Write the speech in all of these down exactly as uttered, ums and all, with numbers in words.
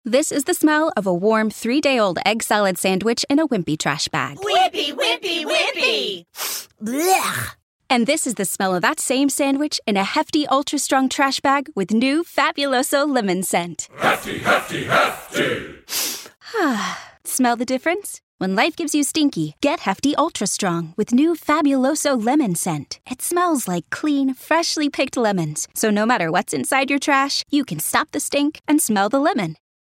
This is the smell of a warm three-day-old egg salad sandwich in a Wimpy trash bag. Wimpy, Wimpy, Wimpy! Blech! And this is the smell of that same sandwich in a hefty, ultra-strong trash bag with new Fabuloso lemon scent. Hefty, hefty, hefty! Smell the difference? When life gives you stinky, get Hefty Ultra Strong with new Fabuloso lemon scent. It smells like clean, freshly picked lemons. So no matter what's inside your trash, you can stop the stink and smell the lemon.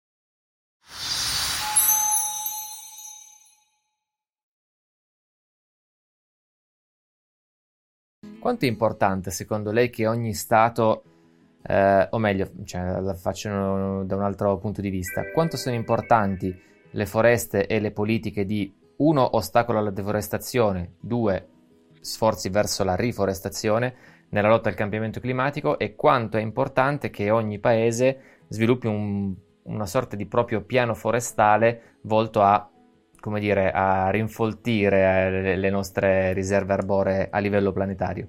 Quanto è importante secondo lei che ogni Stato, eh, o meglio, cioè, la faccio da un altro punto di vista, quanto sono importanti le foreste e le politiche di uno, ostacolo alla deforestazione, due, sforzi verso la riforestazione nella lotta al cambiamento climatico, e quanto è importante che ogni paese sviluppi un, una sorta di proprio piano forestale volto a, come dire, a rinfoltire le nostre riserve arboree a livello planetario.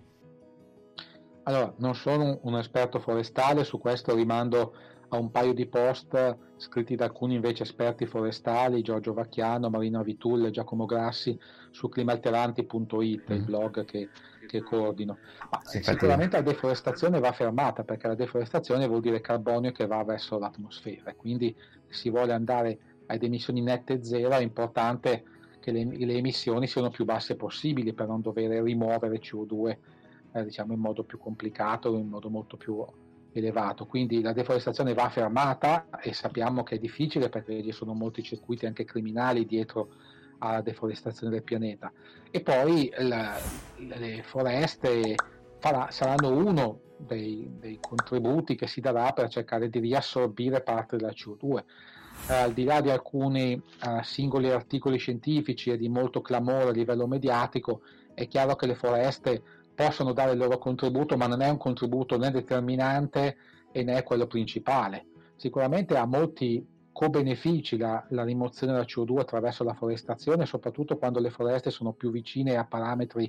Allora, non sono un esperto forestale, su questo rimando a un paio di post scritti da alcuni invece esperti forestali, Giorgio Vacchiano, Marino Avitulle, Giacomo Grassi, su climalteranti punto it, mm. il blog che, che coordino. Ma sì, sicuramente la deforestazione va fermata, perché la deforestazione vuol dire carbonio che va verso l'atmosfera, quindi se si vuole andare ad emissioni nette zero è importante che le, le emissioni siano più basse possibili per non dover rimuovere C O due eh, diciamo in modo più complicato, in modo molto più elevato. Quindi la deforestazione va fermata, e sappiamo che è difficile perché ci sono molti circuiti anche criminali dietro alla deforestazione del pianeta, e poi la, le foreste farà, saranno uno dei, dei contributi che si darà per cercare di riassorbire parte della C O due. Eh, al di là di alcuni uh, singoli articoli scientifici e di molto clamore a livello mediatico, è chiaro che le foreste possono dare il loro contributo, ma non è un contributo né determinante e né quello principale. Sicuramente ha molti co-benefici la, la rimozione della C O due attraverso la forestazione, soprattutto quando le foreste sono più vicine a parametri,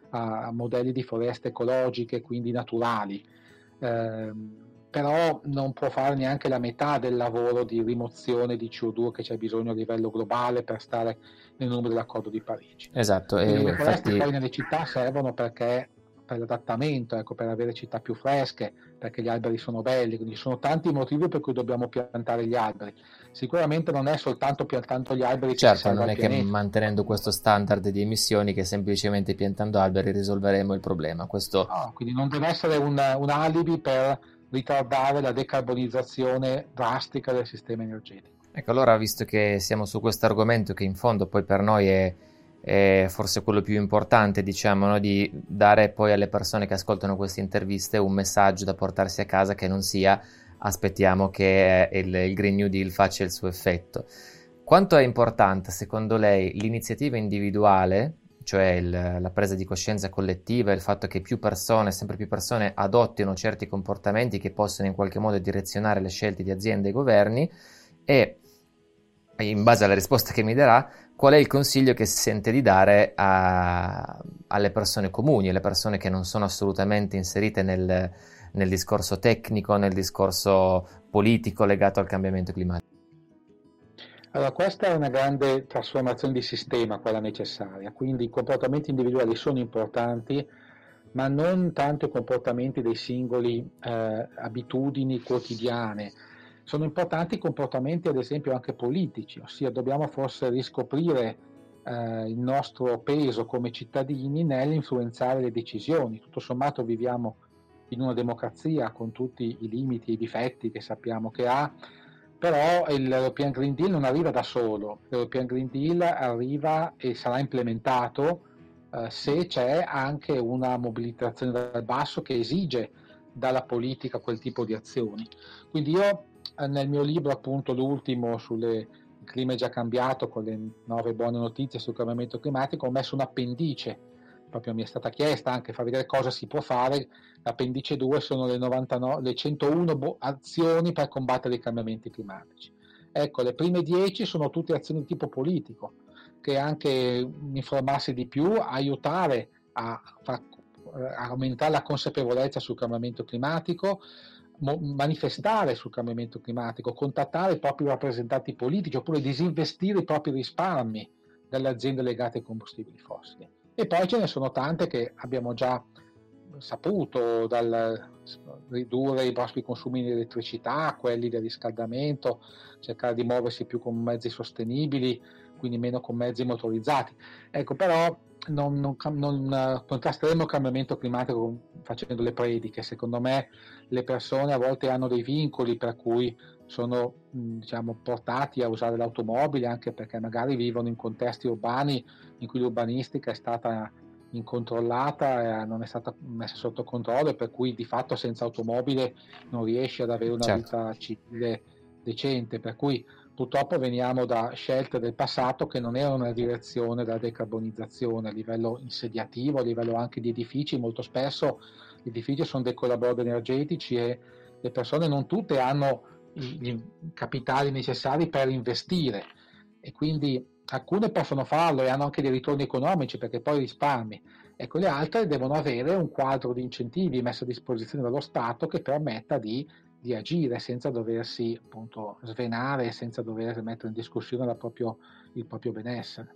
a modelli di foreste ecologiche, quindi naturali. Eh, però non può fare neanche la metà del lavoro di rimozione di C O due che c'è bisogno a livello globale per stare nel numero dell'accordo di Parigi. Esatto. E le infatti... foreste poi nelle città servono perché per l'adattamento, ecco, per avere città più fresche, perché gli alberi sono belli, quindi ci sono tanti motivi per cui dobbiamo piantare gli alberi. Sicuramente non è soltanto piantando gli alberi che certo, non è che mantenendo questo standard di emissioni che semplicemente piantando alberi risolveremo il problema. Questo... No, quindi non deve essere un, un alibi per ritardare la decarbonizzazione drastica del sistema energetico. Ecco, allora, visto che siamo su questo argomento che in fondo poi per noi è, è forse quello più importante, diciamo, no? Di dare poi alle persone che ascoltano queste interviste un messaggio da portarsi a casa che non sia aspettiamo che il, il Green New Deal faccia il suo effetto. Quanto è importante secondo lei l'iniziativa individuale, cioè il, la presa di coscienza collettiva, il fatto che più persone, sempre più persone adottino certi comportamenti che possono in qualche modo direzionare le scelte di aziende e governi, e in base alla risposta che mi darà, qual è il consiglio che si sente di dare a, alle persone comuni, alle persone che non sono assolutamente inserite nel, nel discorso tecnico, nel discorso politico legato al cambiamento climatico? Allora, questa è una grande trasformazione di sistema, quella necessaria, quindi i comportamenti individuali sono importanti, ma non tanto i comportamenti dei singoli eh, abitudini quotidiane. Sono importanti i comportamenti, ad esempio, anche politici, ossia dobbiamo forse riscoprire eh, il nostro peso come cittadini nell'influenzare le decisioni. Tutto sommato viviamo in una democrazia con tutti i limiti e i difetti che sappiamo che ha, però l'European Green Deal non arriva da solo. L'European Green Deal arriva e sarà implementato eh, se c'è anche una mobilitazione dal basso che esige dalla politica quel tipo di azioni. Quindi io nel mio libro, appunto l'ultimo sul clima è già cambiato, con le nove buone notizie sul cambiamento climatico, ho messo un appendice, proprio mi è stata chiesta anche far vedere cosa si può fare. L'appendice due sono le, novantanove, le centouno bo- azioni per combattere i cambiamenti climatici. Ecco, le prime dieci sono tutte azioni di tipo politico, che anche informarsi di più, aiutare a, far, a aumentare la consapevolezza sul cambiamento climatico, mo- manifestare sul cambiamento climatico, contattare i propri rappresentanti politici oppure disinvestire i propri risparmi dalle aziende legate ai combustibili fossili. E poi ce ne sono tante che abbiamo già saputo, dal ridurre i propri consumi di elettricità, quelli del riscaldamento, cercare di muoversi più con mezzi sostenibili, quindi meno con mezzi motorizzati. Ecco, però non, non, non contrasteremo il cambiamento climatico facendo le prediche. Secondo me le persone a volte hanno dei vincoli per cui sono, diciamo, portati a usare l'automobile, anche perché magari vivono in contesti urbani in cui l'urbanistica è stata incontrollata e non è stata messa sotto controllo, per cui di fatto senza automobile non riesce ad avere una certo. vita civile decente, per cui purtroppo veniamo da scelte del passato che non erano nella direzione della decarbonizzazione a livello insediativo, a livello anche di edifici. Molto spesso gli edifici sono dei collaboratori energetici e le persone non tutte hanno i capitali necessari per investire, e quindi alcune possono farlo e hanno anche dei ritorni economici perché poi risparmi. Ecco, le altre devono avere un quadro di incentivi messo a disposizione dallo Stato che permetta di, di agire senza doversi appunto svenare, senza dover mettere in discussione la proprio, il proprio benessere.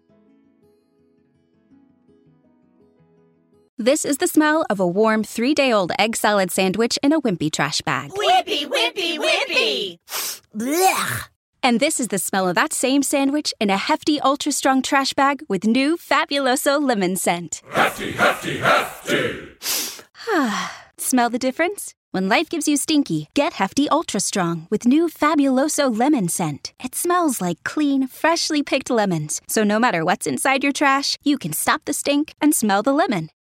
This is the smell of a warm three-day-old egg salad sandwich in a Wimpy trash bag. Wimpy, Wimpy, Wimpy! Blech! And this is the smell of that same sandwich in a hefty, ultra-strong trash bag with new Fabuloso lemon scent. Hefty, hefty, hefty! Smell the difference? When life gives you stinky, get Hefty Ultra Strong with new Fabuloso lemon scent. It smells like clean, freshly picked lemons. So no matter what's inside your trash, you can stop the stink and smell the lemon.